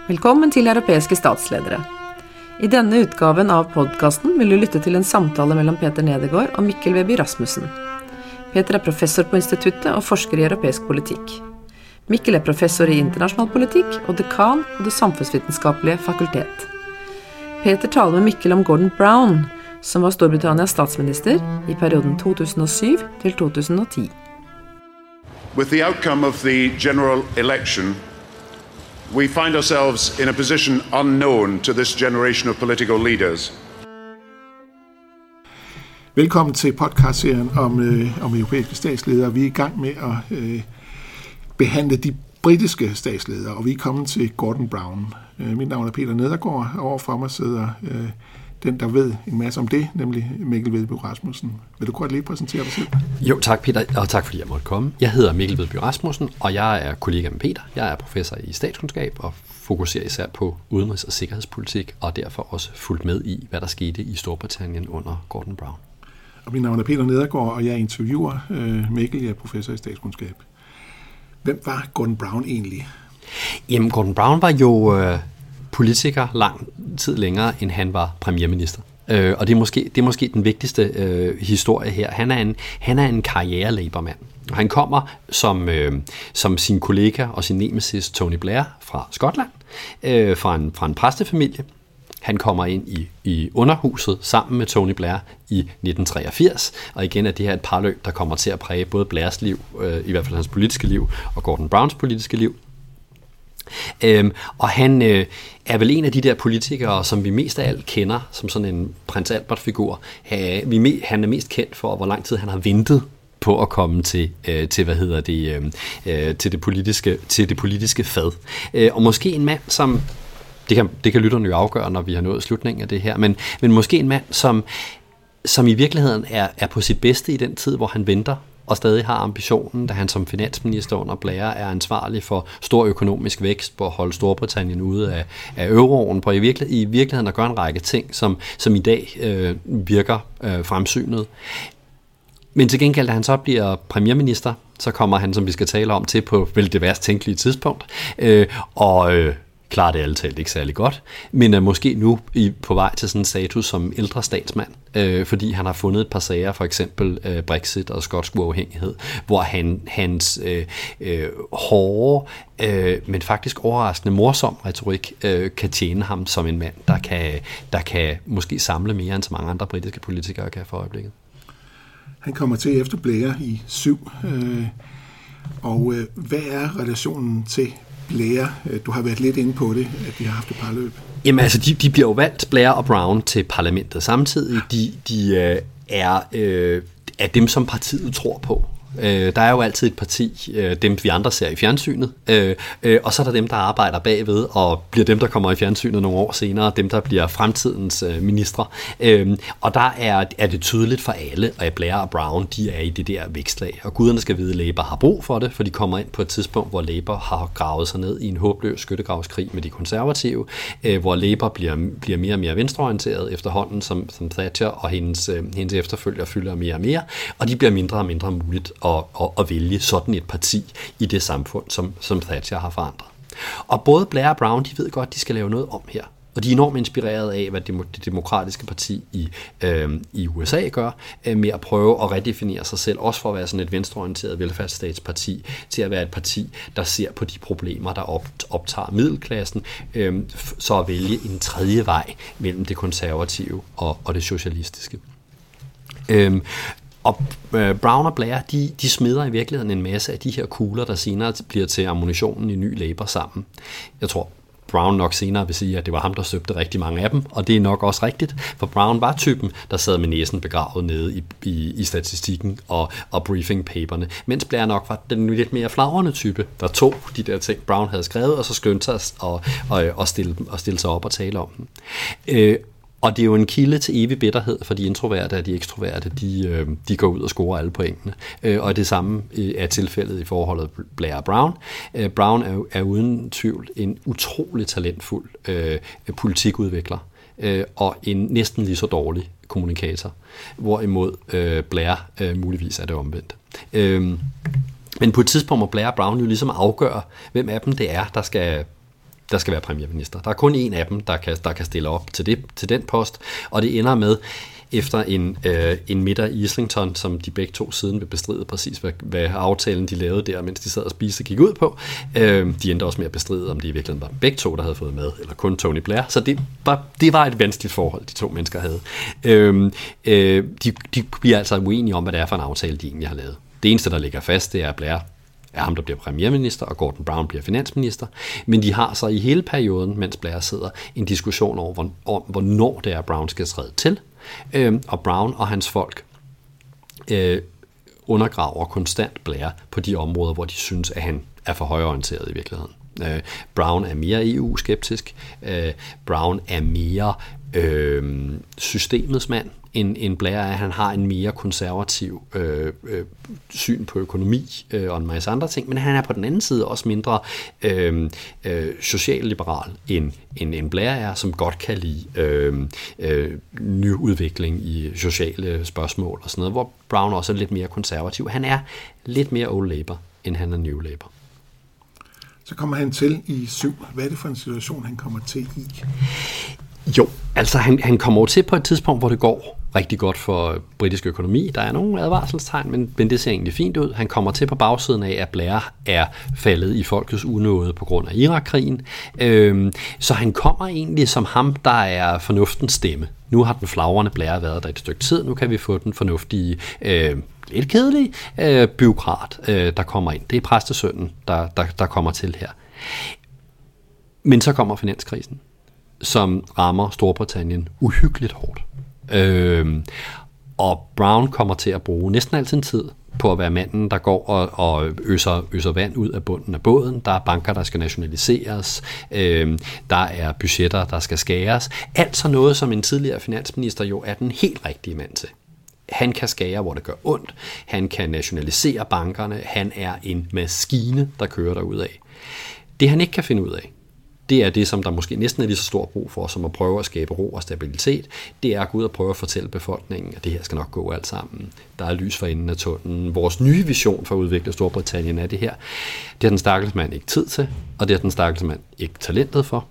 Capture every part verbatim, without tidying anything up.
Velkommen til Europæiske statsledere. I denne utgaven av podcasten vil du lytte til en samtale mellem Peter Nedergaard og Mikkel Webby Rasmussen. Peter er professor på instituttet og forsker i europæisk politikk. Mikkel er professor i internasjonal politikk og dekan på det samfunnsvitenskapelige fakultet. Peter taler med Mikkel om Gordon Brown, som var Storbritannias statsminister i perioden to tusind og syv til to tusind og ti. With the outcome of the general election, we find ourselves in a position unknown to this generation of political leaders. Velkommen til podcastserien om, øh, om europæiske statsledere. Vi er i gang med at øh, behandle de britiske statsledere, og vi er kommet til Gordon Brown. Øh, mit navn er Peter Nedergaard, og overfor mig sidder øh, den, der ved en masse om det, nemlig Mikkel Webby Rasmussen. Vil du godt lige præsentere dig selv? Jo, tak Peter, og tak fordi jeg måtte komme. Jeg hedder Mikkel Webby Rasmussen, og jeg er kollega med Peter. Jeg er professor i statskundskab og fokuserer især på udenrigs- og sikkerhedspolitik, og derfor også fulgt med i, hvad der skete i Storbritannien under Gordon Brown. Og mit navn er Peter Nedergaard, og jeg interviewer øh, Mikkel, jeg er professor i statskundskab. Hvem var Gordon Brown egentlig? Jamen, Gordon Brown var jo øh, politiker lang tid længere, end han var premierminister. Øh, og det er, måske, det er måske den vigtigste øh, historie her. Han er en, han er en karriere-labourmand. Han kommer som, øh, som sin kollega og sin nemesis Tony Blair fra Skotland, øh, fra, en, fra en præstefamilie. Han kommer ind i, i underhuset sammen med Tony Blair i nitten treogfirs, og igen er det her et parløb, der kommer til at præge både Blairs liv, øh, i hvert fald hans politiske liv, og Gordon Browns politiske liv. Øhm, og han øh, er vel en af de der politikere, som vi mest af alt kender som sådan en prins Albert-figur. Ha, vi me, han er mest kendt for, hvor lang tid han har ventet på at komme til, øh, til hvad hedder det, øh, til det politiske, til det politiske fad. Øh, og måske en mand, som Det kan, det kan lytterne jo afgøre, når vi har nået slutningen af det her, men, men måske en mand, som, som i virkeligheden er, er på sit bedste i den tid, hvor han venter og stadig har ambitionen, da han som finansminister under Blair er ansvarlig for stor økonomisk vækst, på at holde Storbritannien ude af, af euroen, på i, virkelig, i virkeligheden at gøre en række ting, som, som i dag øh, virker øh, fremsynet. Men til gengæld, da han så bliver premierminister, så kommer han, som vi skal tale om, til på vel det værst tænkelige tidspunkt, øh, og øh, klarer det alle talt ikke særlig godt, men er måske nu i, på vej til sådan en status som ældre statsmand, øh, fordi han har fundet et par sager, for eksempel øh, Brexit og skotsk uafhængighed, hvor han, hans øh, øh, hårde, øh, men faktisk overraskende morsom retorik øh, kan tjene ham som en mand, der kan, der kan måske samle mere end så mange andre britiske politikere kan for øjeblikket. Han kommer til efter Blair i syv, øh, og øh, hvad er relationen til Blair? Du har været lidt inde på det, at de har haft et parløb. Jamen altså, de, de bliver jo valgt, Blair og Brown, til parlamentet samtidig. De, de øh, er, øh, er dem, som partiet tror på. Øh, der er jo altid et parti, øh, dem vi andre ser i fjernsynet, øh, øh, og så er der dem, der arbejder bagved, og bliver dem, der kommer i fjernsynet nogle år senere, dem, der bliver fremtidens øh, ministre. Øh, og der er, er det tydeligt for alle, at Blair og Brown, de er i det der vækstlag. Og guderne skal vide, at Labour har brug for det, for de kommer ind på et tidspunkt, hvor Labour har gravet sig ned i en håbløs skyttegravskrig med de konservative, øh, hvor Labour bliver, bliver mere og mere venstreorienteret efterhånden, som, som Thatcher og hendes, øh, hendes efterfølger fylder mere og mere, og de bliver mindre og mindre muligt Og, og, og vælge sådan et parti i det samfund, som, som Thatcher har forandret. Og både Blair og Brown, de ved godt, at de skal lave noget om her. Og de er enormt inspireret af, hvad det demokratiske parti i, øh, i U S A gør, øh, med at prøve at redefinere sig selv, også for at være sådan et venstreorienteret velfærdsstatsparti, til at være et parti, der ser på de problemer, der op, optager middelklassen, øh, så at vælge en tredje vej mellem det konservative og, og det socialistiske. Øh, Og Brown og Blair, de, de smider i virkeligheden en masse af de her kugler, der senere bliver til ammunitionen i ny Labour sammen. Jeg tror, Brown nok senere vil sige, at det var ham, der søbte rigtig mange af dem, og det er nok også rigtigt, for Brown var typen, der sad med næsen begravet nede i, i, i statistikken og, og briefingpaperne, mens Blair nok var den lidt mere flagrende type, der tog de der ting, Brown havde skrevet, og så skyndte sig og, og, og, stille, og stille sig op og tale om dem. Øh, Og det er jo en kilde til evig bitterhed for de introverte og de ekstroverte, de, øh, de går ud og scorer alle pointene. Øh, og det samme er tilfældet i forholdet Blair og Brown. Øh, Brown er, er uden tvivl en utrolig talentfuld øh, politikudvikler øh, og en næsten lige så dårlig kommunikator, hvorimod øh, Blair øh, muligvis er det omvendt. Øh, men på et tidspunkt må Blair og Brown jo ligesom afgøre, hvem af dem det er, der skal der skal være premierminister. Der er kun en af dem, der kan, der kan stille op til, det, til den post, og det ender med, efter en, øh, en middag i Islington, som de begge to siden vil bestride præcis, hvad, hvad aftalen de lavede der, mens de sad og spiste, gik ud på. Øh, de endte også med at bestride, om det i virkeligheden var begge to, der havde fået med, eller kun Tony Blair. Så det var, det var et vanskeligt forhold, de to mennesker havde. Øh, øh, de, de bliver altså uenige om, hvad det er for en aftale, de egentlig har lavet. Det eneste, der ligger fast, det er, at Blair er ham, der bliver premierminister, og Gordon Brown bliver finansminister. Men de har så i hele perioden, mens Blair sidder, en diskussion over, om hvornår det er, Brown skal træde til. Øh, og Brown og hans folk øh, undergraver konstant Blair på de områder, hvor de synes, at han er for højreorienteret i virkeligheden. Øh, Brown er mere E U-skeptisk. Øh, Brown er mere øh, systemets mand, end, end Blair er. Han har en mere konservativ øh, øh, syn på økonomi øh, og en masse andre ting, men han er på den anden side også mindre øh, øh, socialliberal, end, end, end Blair er, som godt kan lide øh, øh, ny udvikling i sociale spørgsmål og sådan noget, hvor Brown også er lidt mere konservativ. Han er lidt mere Old Labour, end han er New Labour. Så kommer han til i syv. Hvad er det for en situation, han kommer til i? Jo, altså han, han kommer til på et tidspunkt, hvor det går rigtig godt for britisk økonomi. Der er nogle advarselstegn, men, men det ser egentlig fint ud. Han kommer til på bagsiden af, at Blair er faldet i folkets unåde på grund af Irakkrigen. Øhm, så han kommer egentlig som ham, der er fornuftens stemme. Nu har den flagrende Blair været der et stykke tid. Nu kan vi få den fornuftige, øh, lidt kedelige øh, bureaukrat, øh, der kommer ind. Det er præstesønnen, der, der, der kommer til her. Men så kommer finanskrisen, som rammer Storbritannien uhyggeligt hårdt. Øhm, og Brown kommer til at bruge næsten al sin tid på at være manden, der går og, og øser, øser vand ud af bunden af båden. Der er banker, der skal nationaliseres. Øhm, der er budgetter, der skal skæres. Alt sådan noget, som en tidligere finansminister jo er den helt rigtige mand til. Han kan skære, hvor det gør ondt. Han kan nationalisere bankerne. Han er en maskine, der kører derudad. Det han ikke kan finde ud af, det er det, som der måske næsten er lige så stor brug for, som at prøve at skabe ro og stabilitet. Det er at gå ud og prøve at fortælle befolkningen, at det her skal nok gå alt sammen. Der er lys for enden af tunnelen. Vores nye vision for at udvikle Storbritannien er det her. Det har den stakkels mand ikke tid til, og det har den stakkels mand ikke talentet for.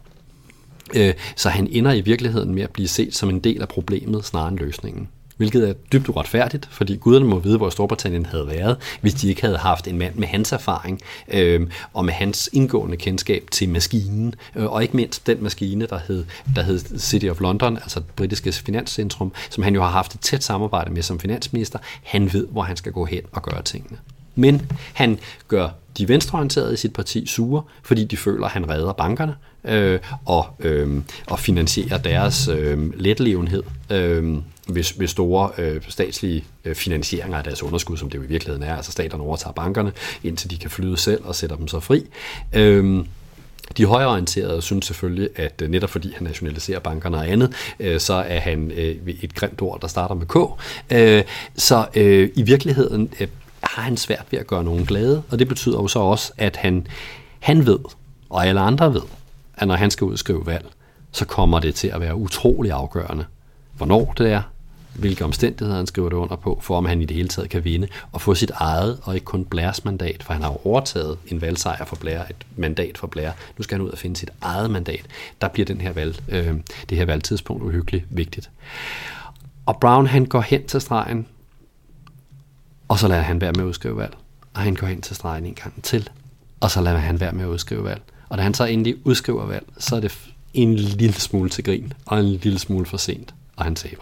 Så han ender i virkeligheden med at blive set som en del af problemet, snarere end løsningen. Hvilket er dybt uretfærdigt, fordi guderne må vide, hvor Storbritannien havde været, hvis de ikke havde haft en mand med hans erfaring øh, og med hans indgående kendskab til maskinen, øh, og ikke mindst den maskine, der hed, der hed City of London, altså det britiske finanscentrum, som han jo har haft et tæt samarbejde med som finansminister. Han ved, hvor han skal gå hen og gøre tingene. Men han gør de venstreorienterede i sit parti sure, fordi de føler, at han redder bankerne øh, og, øh, og finansierer deres øh, letlevenhed øh, ved, ved store øh, statslige øh, finansieringer af deres underskud, som det jo i virkeligheden er. Altså staterne overtager bankerne, indtil de kan flyde selv og sætter dem så fri. Øh, De højreorienterede synes selvfølgelig, at netop fordi han nationaliserer bankerne og andet, øh, så er han øh, et grimt ord, der starter med K. Øh, så øh, i virkeligheden øh, har han svært ved at gøre nogen glade, og det betyder jo så også, at han, han ved, og alle andre ved, at når han skal udskrive valg, så kommer det til at være utrolig afgørende, hvornår det er, hvilke omstændigheder han skriver det under på, for om han i det hele taget kan vinde og få sit eget, og ikke kun Blairs mandat, for han har jo overtaget en valgsejr for Blair, et mandat for Blair. Nu skal han ud og finde sit eget mandat. Der bliver den her valg, øh, det her valgtidspunkt uhyggeligt vigtigt. Og Brown, han går hen til stregen, og så lader han være med at udskrive valg. Og han går hen til stregen en gang til, og så lader han være med at udskrive valg. Og da han så endelig udskriver valg, så er det en lille smule til grin, og en lille smule for sent, og han taber.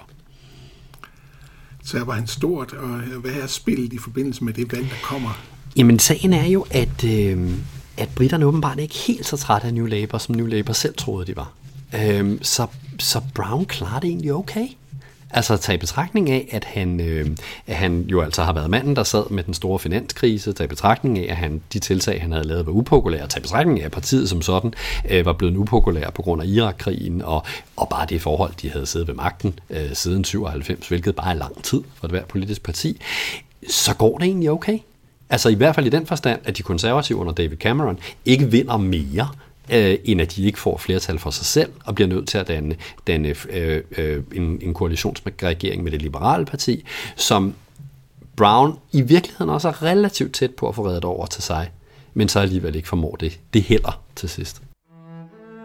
Så var han stort, og hvad er spillet i forbindelse med det valg, der kommer? Jamen, sagen er jo, at, øh, at britterne åbenbart ikke helt så trætte af New Labour, som New Labour selv troede, de var. Øh, så, så Brown klarer det egentlig okay. Altså at tage i betragtning af, at han, øh, at han jo altså har været manden, der sad med den store finanskrise, tage i betragtning af, at han, de tiltag, han havde lavet, var upopulære, tage i betragtning af, at partiet som sådan øh, var blevet upopulære på grund af Irakkrigen, og, og bare det forhold, de havde siddet ved magten øh, siden syvoghalvfems, hvilket bare er lang tid for et hvert politisk parti, så går det egentlig okay. Altså i hvert fald i den forstand, at de konservative under David Cameron ikke vinder mere, Øh, end at de ikke får flertal for sig selv, og bliver nødt til at danne, danne øh, øh, en, en koalitionsregering med det liberale parti, som Brown i virkeligheden også er relativt tæt på at få reddet over til sig, men så alligevel ikke formår det. Det hælder til sidst.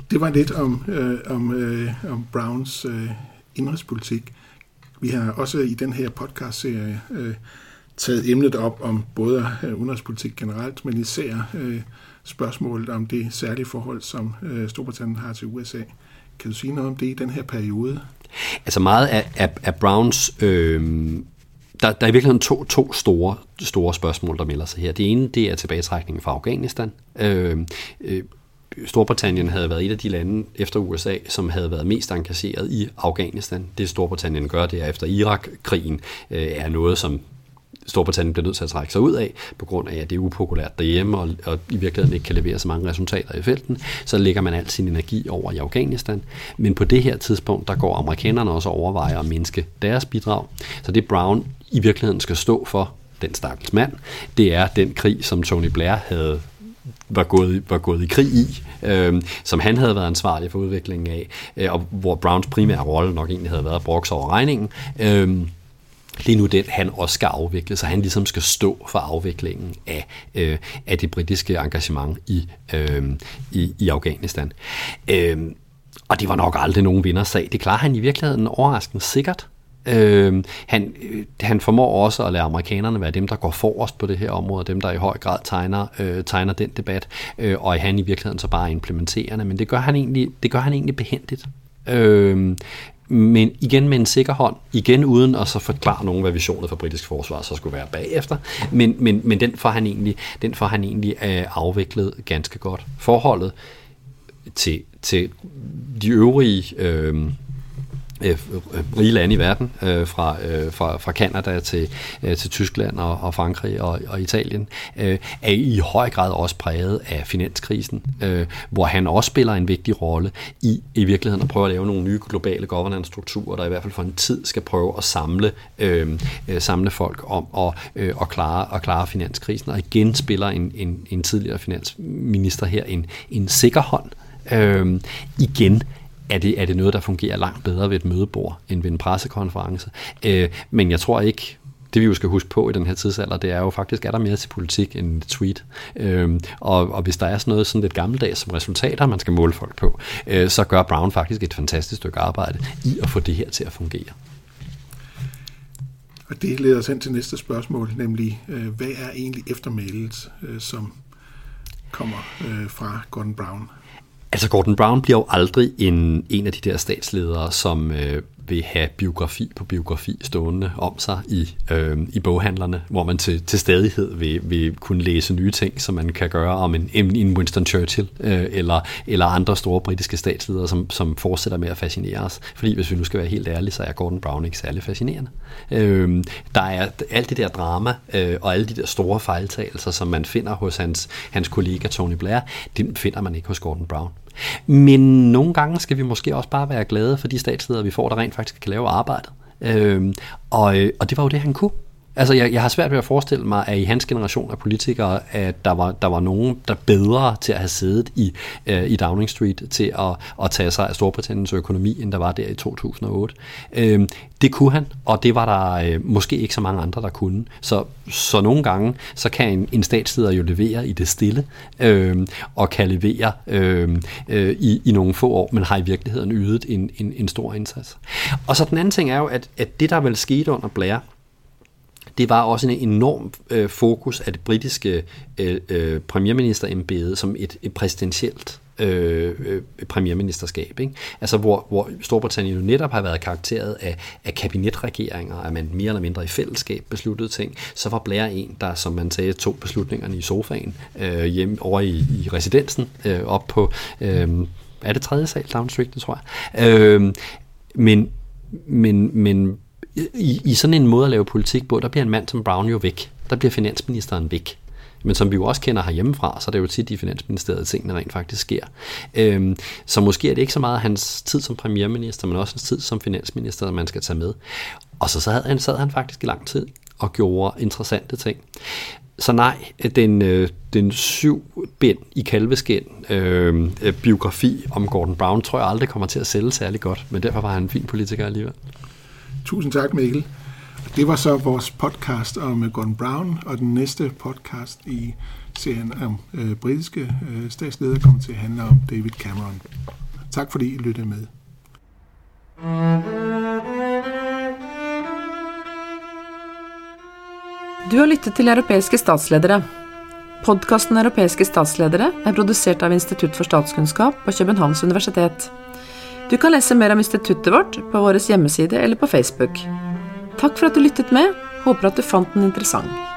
Det var lidt om, øh, om, øh, om Browns øh, indrigspolitik. Vi har også i den her podcast-serie øh, taget emnet op om både øh, udenrigspolitik generelt, men især øh, spørgsmålet om det særlige forhold, som øh, Storbritannien har til U S A. Kan du sige noget om det i den her periode? Altså meget af, af, af Browns... Øh Der, der er i virkeligheden to, to store, store spørgsmål, der melder sig her. Det ene, det er tilbagetrækningen fra Afghanistan. Øh, øh, Storbritannien havde været et af de lande efter U S A, som havde været mest engageret i Afghanistan. Det Storbritannien gør, det er efter Irak-krigen, øh, er noget, som Storbritannien bliver nødt til at trække sig ud af, på grund af, at det er upopulært derhjemme, og, og i virkeligheden ikke kan levere så mange resultater i felten, så lægger man al sin energi over i Afghanistan. Men på det her tidspunkt, der går amerikanerne også overvejer at mindske deres bidrag. Så det Brown i virkeligheden skal stå for, den stakkels mand, det er den krig, som Tony Blair havde var gået, var gået i krig i, øh, som han havde været ansvarlig for udviklingen af, øh, og hvor Browns primære rolle nok egentlig havde været at brokse over regningen. Øh, Det er nu den, han også skal afvikle, så han ligesom skal stå for afviklingen af, øh, af det britiske engagement i, øh, i, i Afghanistan. Øh, og det var nok aldrig nogen vindersag. Det klarer han i virkeligheden overraskende sikkert. Øh, han, øh, han formår også at lade amerikanerne være dem, der går forrest på det her område, dem, der i høj grad tegner, øh, tegner den debat, øh, og han i virkeligheden så bare implementerende. Men det gør han egentlig, det gør han egentlig behændigt. Øh, Men igen med en sikker hånd, igen uden at så forklare nogen, hvad visionet for britisk forsvar så skulle være bagefter, men, men, men den får han egentlig, den får han egentlig øh, afviklet ganske godt. Forholdet til, til de øvrige øh, øh, rige lande i verden, øh, fra, øh, fra, fra Canada til, øh, til Tyskland og, og Frankrig og, og Italien, øh, er i høj grad også præget af finanskrisen, øh, hvor han også spiller en vigtig rolle i i virkeligheden at prøve at lave nogle nye globale governance-strukturer, der i hvert fald for en tid skal prøve at samle, øh, samle folk om at, øh, at, klare, at klare finanskrisen. Og igen spiller en, en, en tidligere finansminister her en, en sikker hånd. Øh, igen Er det, er det noget, der fungerer langt bedre ved et mødebord end ved en pressekonference. Øh, men jeg tror ikke, det vi jo skal huske på i den her tidsalder, det er jo faktisk, er der mere til politik end et tweet. Øh, og, og hvis der er sådan noget sådan lidt gammeldags som resultater, man skal måle folk på, øh, så gør Brown faktisk et fantastisk stykke arbejde i at få det her til at fungere. Og det leder os hen til næste spørgsmål, nemlig, øh, hvad er egentlig eftermælet, øh, som kommer øh, fra Gordon Brown? Altså Gordon Brown bliver jo aldrig en, en af de der statsledere, som øh, vil have biografi på biografi stående om sig i, øh, i boghandlerne, hvor man til, til stadighed vil, vil kunne læse nye ting, som man kan gøre om en, en Winston Churchill øh, eller, eller andre store britiske statsledere, som, som fortsætter med at fascinere os. Fordi hvis vi nu skal være helt ærlige, så er Gordon Brown ikke særlig fascinerende. Øh, der er alt det der drama øh, og alle de der store fejltagelser, som man finder hos hans, hans kollega Tony Blair, det finder man ikke hos Gordon Brown. Men nogle gange skal vi måske også bare være glade for de statsledere, vi får, der rent faktisk kan lave arbejdet. Øhm, og, og det var jo det, han kunne. Altså, jeg, jeg har svært ved at forestille mig, at i hans generation af politikere, at der var, der var nogen, der bedre til at have siddet i, øh, i Downing Street til at, at tage sig af Storbritanniens økonomi, end der var der i to tusind og otte. Øhm, det kunne han, og det var der øh, måske ikke så mange andre, der kunne. Så, så nogle gange, så kan en, en statsleder jo levere i det stille, øh, og kan levere øh, øh, i, i nogle få år, men har i virkeligheden ydet en, en, en stor indsats. Og så den anden ting er jo, at, at det, der vel skete under Blair, det var også en enorm øh, fokus af det britiske øh, øh, premierministerembede som et, et præsidentielt øh, øh, premierministerskab, ikke? Altså hvor, hvor Storbritannien jo netop har været karakteret af, af kabinetregeringer, at man mere eller mindre i fællesskab besluttede ting, så var Blair en, der, som man sagde, tog beslutningerne i sofaen øh, hjemme over i, i residensen, øh, op på, øh, er det tredje sal, Downing Street, det tror jeg. Øh, men, men, men I, I sådan en måde at lave politik på, der bliver en mand som Brown jo væk. Der bliver finansministeren væk. Men som vi jo også kender herhjemmefra, så er det jo tit i Finansministeriet, tingene rent faktisk sker. Øhm, så måske er det ikke så meget hans tid som premierminister, men også hans tid som finansminister, man skal tage med. Og så sad han, sad han faktisk i lang tid og gjorde interessante ting. Så nej, den, øh, den syv bind i kalveskin øh, biografi om Gordon Brown, tror jeg aldrig kommer til at sælge særlig godt, men derfor var han en fin politiker alligevel. Tusind tak, Mikkel. det var så vores podcast om Gordon Brown, og den næste podcast i serien om øh, britiske øh, statsledere kommer til at handle om David Cameron. Tak fordi I lyttede med. Du har lyttet til Europæiske statsledere. Podcasten Europæiske statsledere er produceret av Institutt for Statskunnskap på Københavns Universitet. Du kan læse mer om instituttet vårt på vores hjemmeside eller på Facebook. Takk for at du lyttet med. Håper at du fant den interessant.